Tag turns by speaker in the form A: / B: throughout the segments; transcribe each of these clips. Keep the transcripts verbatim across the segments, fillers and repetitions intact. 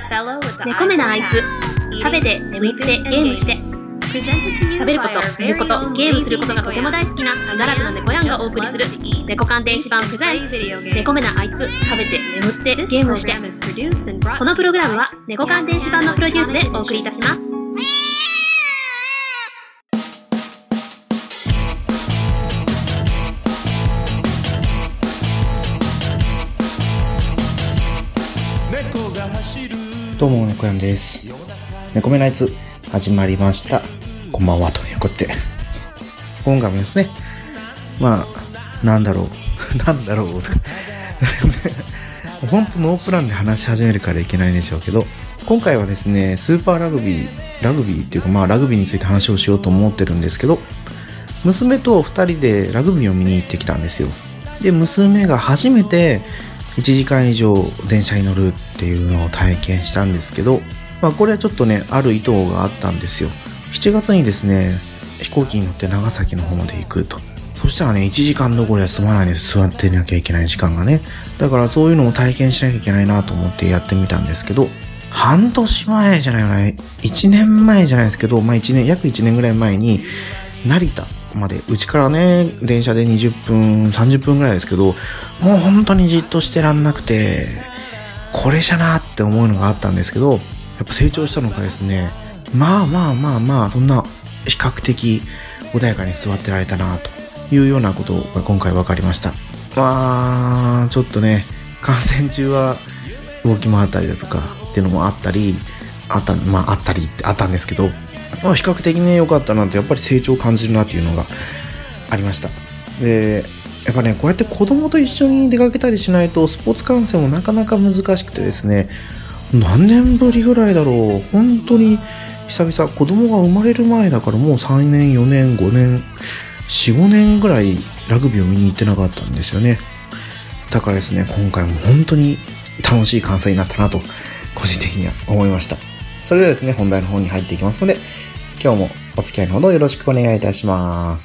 A: 猫目なあいつ、食べて眠ってゲームして、食べること、寝ること、ゲームすることがとても大好きな自堕落な猫やんがお送りする猫鑑電子版プレゼンツ猫目なあいつ、食べて眠ってゲームして。このプログラムは猫鑑電子版のプロデュースでお送りいたします。
B: どうも猫やんです。猫目のあいつ始まりました。こんばんはということで、今回もですね、まあなんだろうなんだろうとか本当ノープランで話し始めるからいけないんでしょうけど、今回はですねスーパーラグビーラグビーっていうかまあラグビーについて話をしようと思ってるんですけど、娘とふたりでラグビーを見に行ってきたんですよ。で、娘が初めていちじかん以上電車に乗るっていうのを体験したんですけど、まあこれはちょっとねある意図があったんですよ。しちがつにですね飛行機に乗って長崎の方まで行くと。そしたらねいちじかんどころでは済まないです。座ってなきゃいけない時間がね。だからそういうのを体験しなきゃいけないなと思ってやってみたんですけど、半年前じゃないよねいちねんまえじゃないですけど、まあいちねん約いちねんぐらい前に成田まで、うちからね電車でにじゅっぷんさんじゅっぷんぐらいですけど、もう本当にじっとしてらんなくて、これじゃなって思うのがあったんですけど、やっぱ成長したのかですね、まあまあまあまあそんな比較的穏やかに座ってられたなというようなことが今回分かりました。まあちょっとね観戦中は動き回ったりだとかっていうのもあったりあったまああったりってあったんですけど、まあ、比較的ね良かったなって、やっぱり成長を感じるなっていうのがありました。でやっぱねこうやって子供と一緒に出かけたりしないとスポーツ観戦もなかなか難しくてですね、何年ぶりぐらいだろう、本当に久々、子供が生まれる前だからもうさんねんよねんごねんよんごねんぐらいラグビーを見に行ってなかったんですよね。だからですね今回も本当に楽しい観戦になったなと個人的には思いました。それではですね本題の方に入っていきますので、今日もお付き合いのほどよろしくお願いいたします。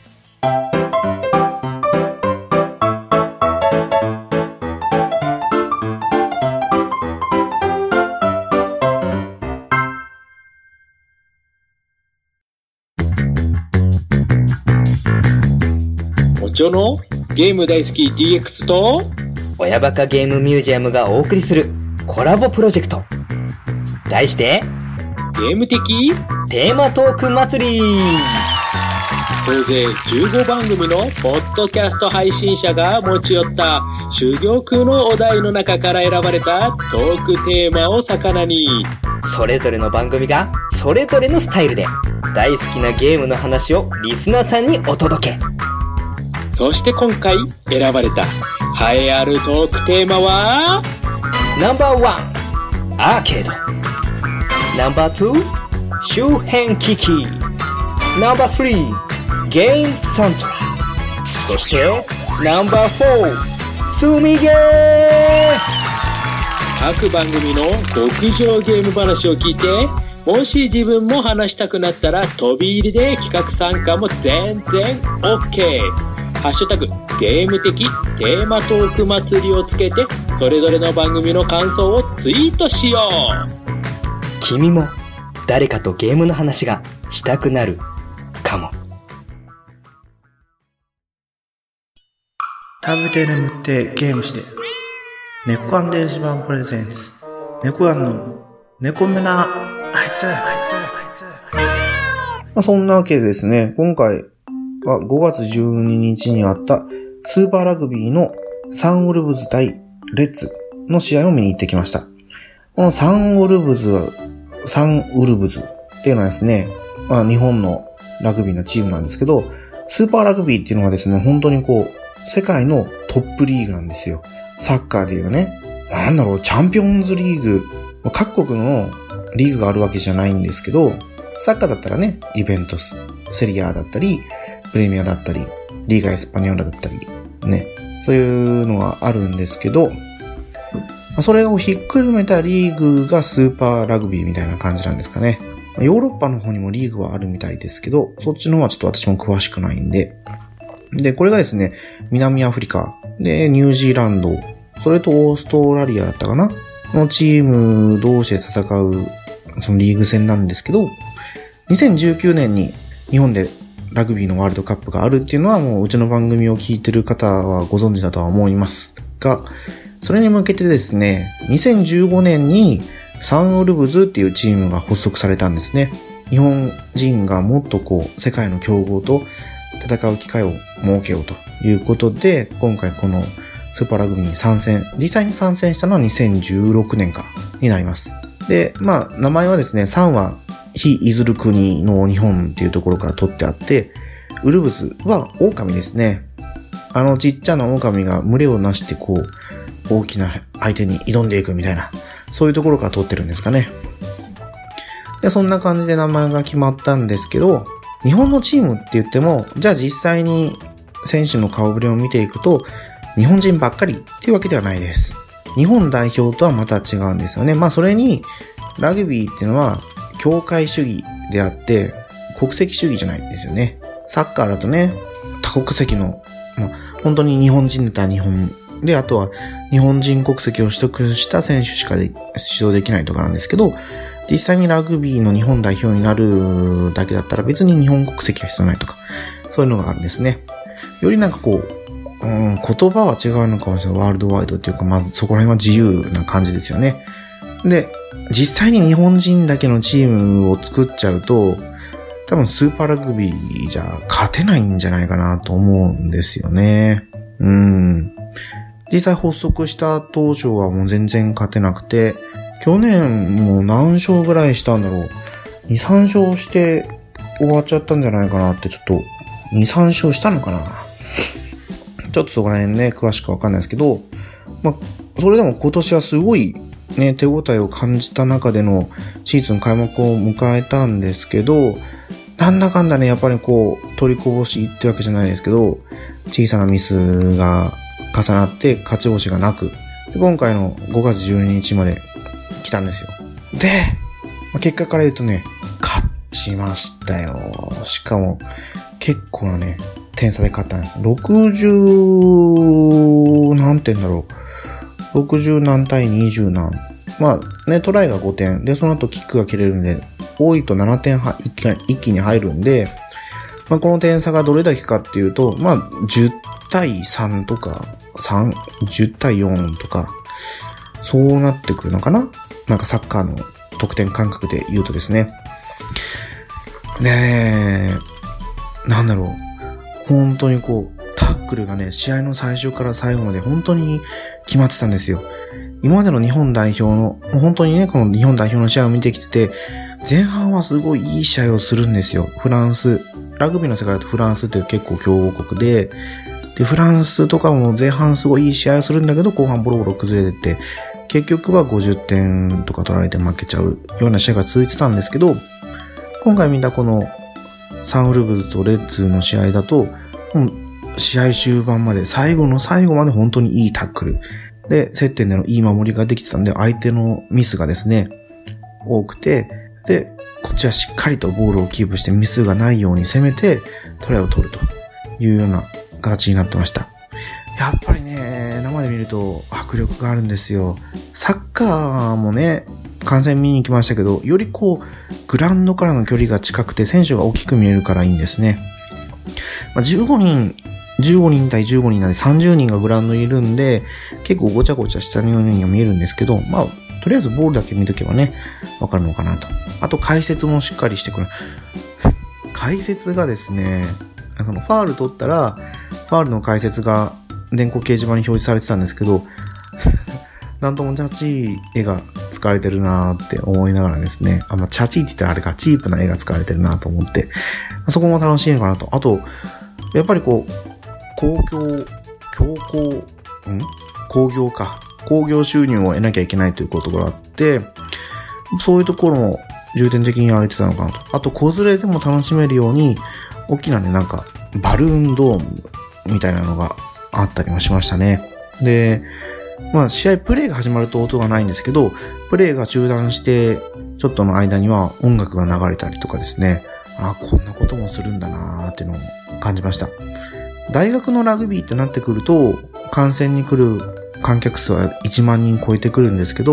C: おちょのゲーム大好き ディーエックス と
D: 親バカゲームミュージアムがお送りするコラボプロジェクト、題して
C: ゲーム的
D: テーマトーク祭り。
C: 総勢じゅうごばん組のポッドキャスト配信者が持ち寄った珠玉のお題の中から選ばれたトークテーマを魚に、
D: それぞれの番組がそれぞれのスタイルで大好きなゲームの話をリスナーさんにお届け。
C: そして今回選ばれた栄えあるトークテーマは
D: ナンバーワンアーケード、ナンバーツー周辺機器、ナンバースリーゲームサントラ、そしてナンバーフォー積みゲー。
C: 各番組の極上ゲーム話を聞いて、もし自分も話したくなったら飛び入りで企画参加も全然 OK。ハッシュタグゲーム的テーマトーク祭りをつけて、それぞれの番組の感想をツイートしよう。
D: 君も誰かとゲームの話がしたくなるかも。
B: 食べて眠ってゲームして、猫缶電子版プレゼンツ猫缶の猫目なあいつあいつあいつ。まあ、そんなわけでですね、今回はごがつじゅうににちにあったスーパーラグビーのサンウルブズ対レッツの試合を見に行ってきました。このサンウルブズ、サンウルブズっていうのはですね、まあ日本のラグビーのチームなんですけど、スーパーラグビーっていうのはですね、本当にこう、世界のトップリーグなんですよ。サッカーでいうね、なんだろう、チャンピオンズリーグ、各国のリーグがあるわけじゃないんですけど、サッカーだったらね、イベントス、セリアだったり、プレミアだったり、リーガエスパニョーラだったり、ね、そういうのがあるんですけど、それをひっくるめたリーグがスーパーラグビーみたいな感じなんですかね。ヨーロッパの方にもリーグはあるみたいですけど、そっちの方はちょっと私も詳しくないんで。で、これがですね、南アフリカ、で、ニュージーランド、それとオーストラリアだったかなのチーム同士で戦うそのリーグ戦なんですけど、にせんじゅうきゅうねんに日本でラグビーのワールドカップがあるっていうのはもううちの番組を聞いてる方はご存知だとは思いますが、それに向けてですね、にせんじゅうごねんにサンウルブズっていうチームが発足されたんですね。日本人がもっとこう世界の強豪と戦う機会を設けようということで、今回このスーパーラグビーに参戦、実際に参戦したのはにせんじゅうろくねんからになります。で、まあ名前はですね、サンは非いずる国の日本っていうところから取ってあって、ウルブズは狼ですね。あのちっちゃな狼が群れをなしてこう大きな相手に挑んでいくみたいな、そういうところから取ってるんですかね。で、そんな感じで名前が決まったんですけど、日本のチームって言っても、じゃあ実際に選手の顔ぶれを見ていくと、日本人ばっかりっていうわけではないです。日本代表とはまた違うんですよね。まあそれに、ラグビーっていうのは、協会主義であって、国籍主義じゃないんですよね。サッカーだとね、多国籍の、まあ、本当に日本人だったら日本で、あとは日本人国籍を取得した選手しかで出場できないとかなんですけど、実際にラグビーの日本代表になるだけだったら別に日本国籍が必要ないとか、そういうのがあるんですね。よりなんかこう、うん、言葉は違うのかもしれない。ワールドワイドっていうか、まずそこら辺は自由な感じですよね。で、実際に日本人だけのチームを作っちゃうと、多分スーパーラグビーじゃ勝てないんじゃないかなと思うんですよね。うん。実際発足した当初はもう全然勝てなくて、去年もう何勝ぐらいしたんだろう。に、さん勝して終わっちゃったんじゃないかなって、ちょっと、に、さん勝したのかな。ちょっとそこら辺ね、詳しくわかんないですけど、まあ、それでも今年はすごいね、手応えを感じた中でのシーズン開幕を迎えたんですけど、なんだかんだね、やっぱりこう、取りこぼしってわけじゃないですけど、小さなミスが重なって勝ち星がなく、で今回のごがつじゅうににちまで来たんですよ。で、まあ、結果から言うとね、勝ちましたよ。しかも、結構なね、点差で勝ったんです。ろくじゅう何点だろう。ろくじゅう何対にじゅう何。まあね、トライがごてん。で、その後キックが切れるんで、多いとななてんは一気一気に入るんで、まあこの点差がどれだけかっていうと、まあじゅうたいさんとか、さん、じゅうたいよんとか、そうなってくるのかな？なんかサッカーの得点感覚で言うとですね。ねえ、なんだろう。本当にこう、タックルがね、試合の最初から最後まで本当に決まってたんですよ。今までの日本代表の、本当にね、この日本代表の試合を見てきてて、前半はすごいいい試合をするんですよ。フランス、ラグビーの世界だとフランスって結構強豪国で、で、フランスとかも前半すごいいい試合をするんだけど、後半ボロボロ崩れてて、結局はごじゅってんとか取られて負けちゃうような試合が続いてたんですけど、今回見たこのサンウルブズとレッズの試合だと、もう試合終盤まで、最後の最後まで本当にいいタックル。で、接点でのいい守りができてたんで、相手のミスがですね、多くて、で、こっちはしっかりとボールをキープしてミスがないように攻めて、トライを取るというような形になってました。やっぱりね、生で見ると迫力があるんですよ。サッカーもね、観戦見に行きましたけど、よりこう、グラウンドからの距離が近くて選手が大きく見えるからいいんですね。まあ、じゅうごにん、じゅうごにん対じゅうごにんなんでさんじゅうにんがグラウンドにいるんで、結構ごちゃごちゃしたようには見えるんですけど、まあ、とりあえずボールだけ見とけばね、わかるのかなと。あと解説もしっかりしてくる。解説がですね、そのファール取ったら、ファールの解説が電光掲示板に表示されてたんですけど、なんともチャチい絵が使われてるなーって思いながらですね、あ、まあ、チャチいって言ったらあれか、チープな絵が使われてるなと思って、そこも楽しいのかなと。あと、やっぱりこう、公共、強行、ん工業か。工業収入を得なきゃいけないということがあって、そういうところも重点的にやられてたのかなと。あと、子連れでも楽しめるように、大きなね、なんか、バルーンドームみたいなのがあったりもしましたね。で、まあ、試合、プレーが始まると音がないんですけど、プレーが中断して、ちょっとの間には音楽が流れたりとかですね。あ、こんなこともするんだなーっていうのを感じました。大学のラグビーってなってくると、観戦に来る観客数はいちまんにん超えてくるんですけど、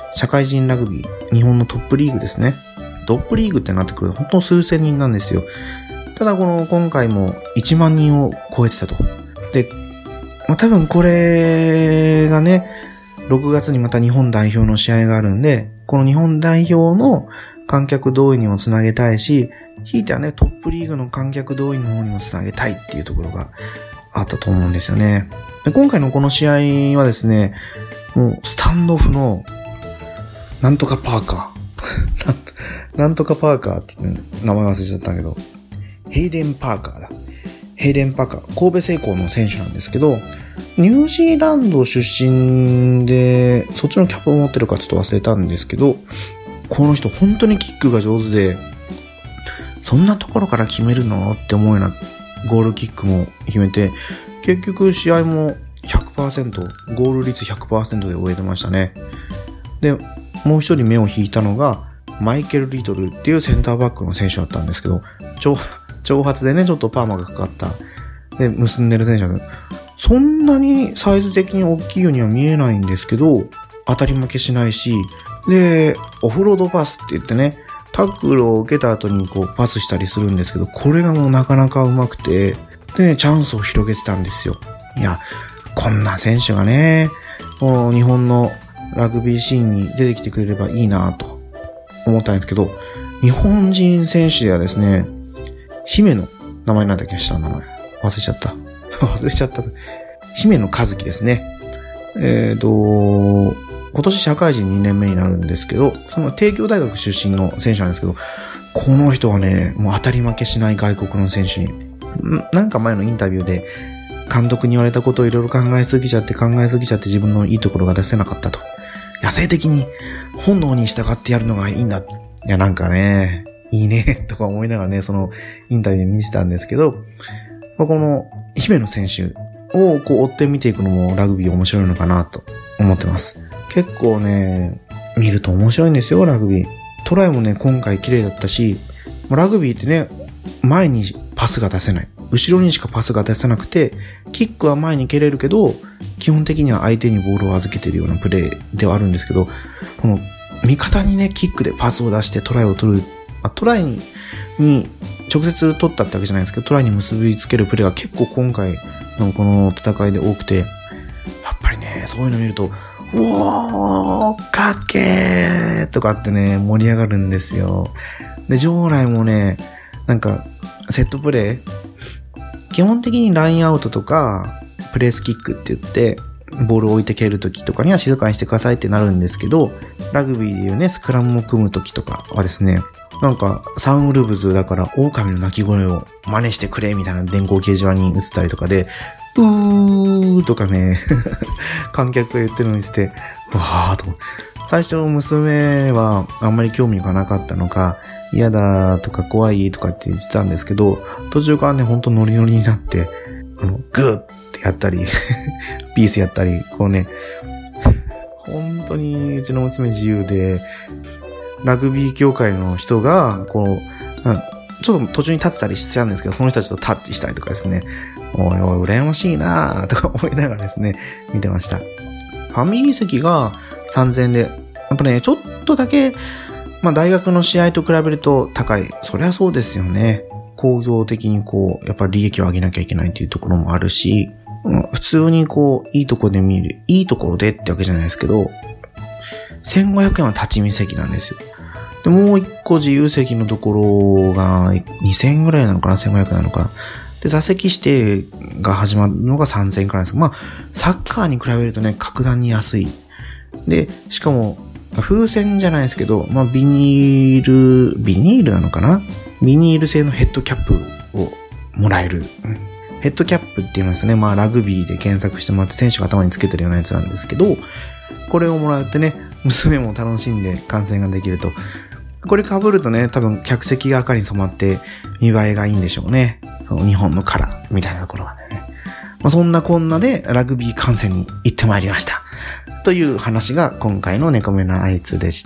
B: 社会人ラグビー、日本のトップリーグですね。トップリーグってなってくると本当数千人なんですよ。ただこの今回もいちまん人を超えてたと。で、まあ、多分これがね、ろくがつにまた日本代表の試合があるんで、この日本代表の観客動員にもつなげたいし、ひいてはね、トップリーグの観客動員の方にもつなげたいっていうところがあったと思うんですよね。で、今回のこの試合はですね、もうスタンドオフのなんとかパーカーなんとかパーカーって言って名前忘れちゃったけど、ヘイデンパーカーだ。ヘイデンパーカー、神戸製鋼の選手なんですけど、ニュージーランド出身で、そっちのキャップを持ってるかちょっと忘れたんですけど、この人本当にキックが上手で、そんなところから決めるのって思うようなゴールキックも決めて、結局試合も ひゃくパーセント、ゴール率 ひゃくパーセント で終えてましたね。で、もう一人目を引いたのが、マイケル・リトルっていうセンターバックの選手だったんですけど、長、長髪でね、ちょっとパーマがかかった、で、結んでる選手だけど、そんなにサイズ的に大きいようには見えないんですけど、当たり負けしないし、で、オフロードパスって言ってね、タックルを受けた後にこうパスしたりするんですけど、これがもうなかなか上手くて、でね、チャンスを広げてたんですよ。いや、こんな選手がね、この日本のラグビーシーンに出てきてくれればいいなと思ったんですけど、日本人選手ではですね、姫野、名前なんだっけ、下の名前。忘れちゃった。忘れちゃった。姫野和樹ですね。えっと、今年社会人にねんめになるんですけど、その帝京大学出身の選手なんですけど、この人はね、もう当たり負けしない外国の選手に、なんか前のインタビューで、監督に言われたことをいろいろ考えすぎちゃって考えすぎちゃって自分のいいところが出せなかったと。野生的に本能に従ってやるのがいいんだ。いや、なんかね、いいね、とか思いながらね、そのインタビュー見てたんですけど、この姫野選手をこう追って見ていくのもラグビー面白いのかなと思ってます。結構ね、見ると面白いんですよ、ラグビー。トライもね、今回綺麗だったし、ラグビーってね、前にパスが出せない。後ろにしかパスが出せなくて、キックは前に蹴れるけど、基本的には相手にボールを預けてるようなプレーではあるんですけど、この味方にね、キックでパスを出してトライを取る、あ、トライに、に直接取ったってわけじゃないですけど、トライに結びつけるプレーが結構今回のこの戦いで多くて、やっぱりね、そういうの見ると、うおー、かっけーとかってね、盛り上がるんですよ。で、場内もね、なんか、セットプレー、基本的にラインアウトとか、プレースキックって言って、ボールを置いて蹴るときとかには静かにしてくださいってなるんですけど、ラグビーでいうね、スクラムを組むときとかはですね、なんか、サンウルブズだから狼の鳴き声を真似してくれみたいな電光掲示板に映ったりとかで、うーとかね、観客が言ってるのを見てて、わーと。最初娘はあんまり興味がなかったのか、嫌だとか怖いとかって言ってたんですけど、途中からね、ほんとノリノリになって、あの、グーってやったり、ピースやったり、こうね、本当にうちの娘自由で、ラグビー協会の人が、こう、ちょっと途中に立ってたりしてたんですけど、その人たちとタッチしたりとかですね、おいおい、羨ましいなぁ、とか思いながらですね、見てました。ファミリー席がさんぜんえんで、やっぱね、ちょっとだけ、まあ大学の試合と比べると高い。そりゃそうですよね。工業的にこう、やっぱり利益を上げなきゃいけないというところもあるし、普通にこう、いいところで見る、いいところでってわけじゃないですけど、せんごひゃくえんは立ち見席なんですよ。で、もう一個自由席のところがにせんえんぐらいなのかな、せんごひゃくえんなのかな。で、座席指定が始まるのがさんぜんえんくらいです。まあ、サッカーに比べるとね、格段に安い。で、しかも、風船じゃないですけど、まあ、ビニール、ビニールなのかな？ビニール製のヘッドキャップをもらえる。ヘッドキャップっていうのはですね、まあ、ラグビーで検索してもらって選手が頭につけてるようなやつなんですけど、これをもらってね、娘も楽しんで観戦ができると。これ被るとね、多分客席が赤に染まって見栄えがいいんでしょうね。その日本のカラーみたいなところはね。まあ、そんなこんなでラグビー観戦に行ってまいりました。という話が今回の猫目のあいつでした。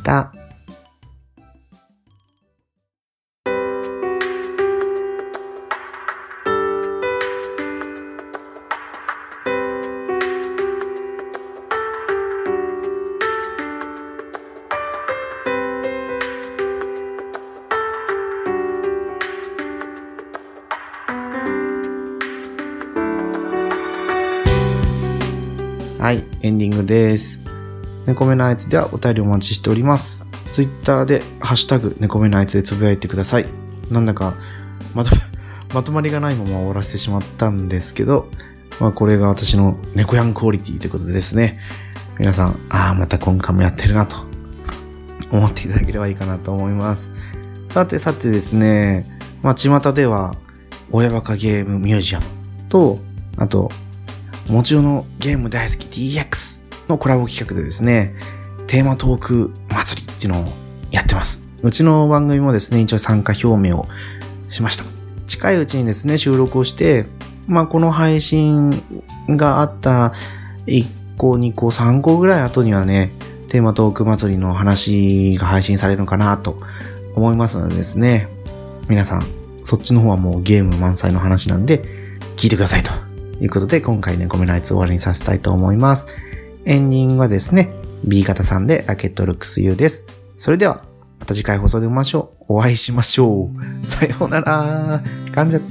B: はい、エンディングです。猫目のあいつではお便りお待ちしております。ツイッターでハッシュタグ猫目のあいつでつぶやいてください。なんだかまとまとまりがないまま終わらせてしまったんですけど、まあこれが私の猫やんクオリティということでですね、皆さん、ああまた今回もやってるなと思っていただければいいかなと思います。さてさてですね、まあ巷では親バカゲームミュージアムと、あともちろんのゲーム大好き ディーエックス のコラボ企画でですね、テーマトーク祭りっていうのをやってます。うちの番組もですね、一応参加表明をしました。近いうちにですね、収録をして、まあこの配信があったいっこ、にこ、さんこぐらい後にはね、テーマトーク祭りの話が配信されるのかなと思いますのでですね、皆さん、そっちの方はもうゲーム満載の話なんで、聞いてくださいということで、今回ね、ごめんなさい、終わりにさせたいと思います。エンディングはですね、B 型さんでラケットルックス U です。それでは、また次回放送でお会いしましょう。お会いしましょう。さようなら。噛んじゃった。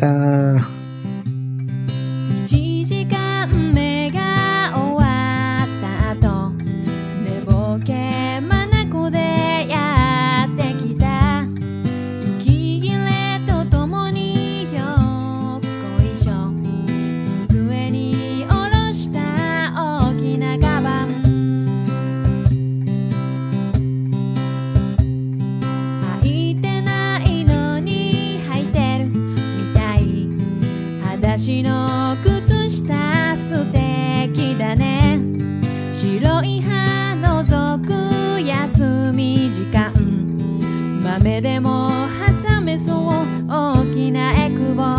E: いちじかんめが終わった後、寝ぼけまなこでやってきた。息切れとともによっこいしょ。机に下ろした大きなカバン。履いてないのに履いてるみたい。裸足の靴下素敵だね。白い歯のぞく休み時間。豆でも挟めそう大きなエクボ。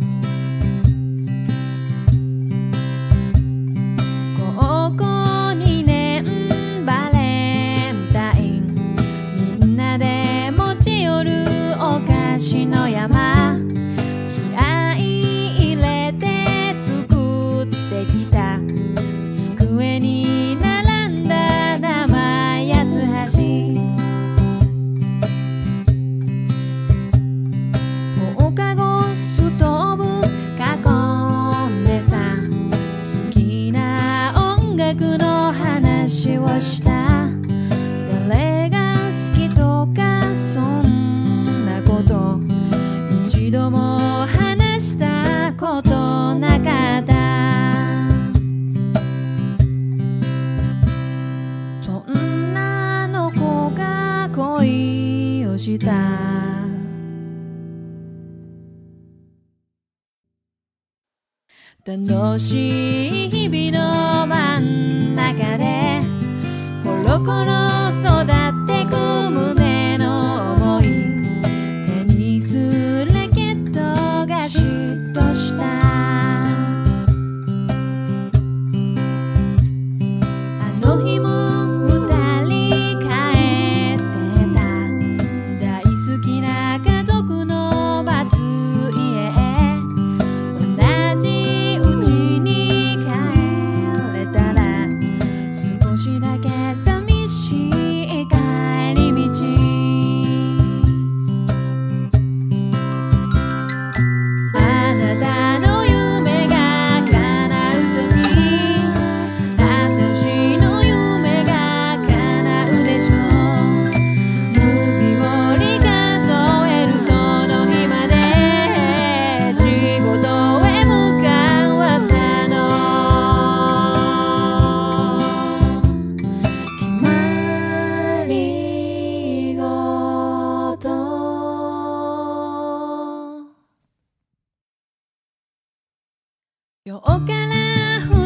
E: 高校にねんバレンタイン。みんなで持ち寄るお菓子の山。気合い入れて作ってきた。机に並んだ生八つ橋。放課後ストーブ囲んでさ、好きな音楽の話をした。誰が好きとかそんなこと一度も話したことなかった。そんなの子が恋をした。楽しい日々の真ん中でコロコロ育ってく胸の想い。テニスラケットが嫉妬した。あの日も二人帰ってた。大好きな家族の待つ家へ。同じうちに帰れたら少しだけ寂しい帰り道。あなたの夢が叶うとき、私の夢が叶うでしょう。指折り数えるその日まで仕事へ向かう朝の決まり事。夜から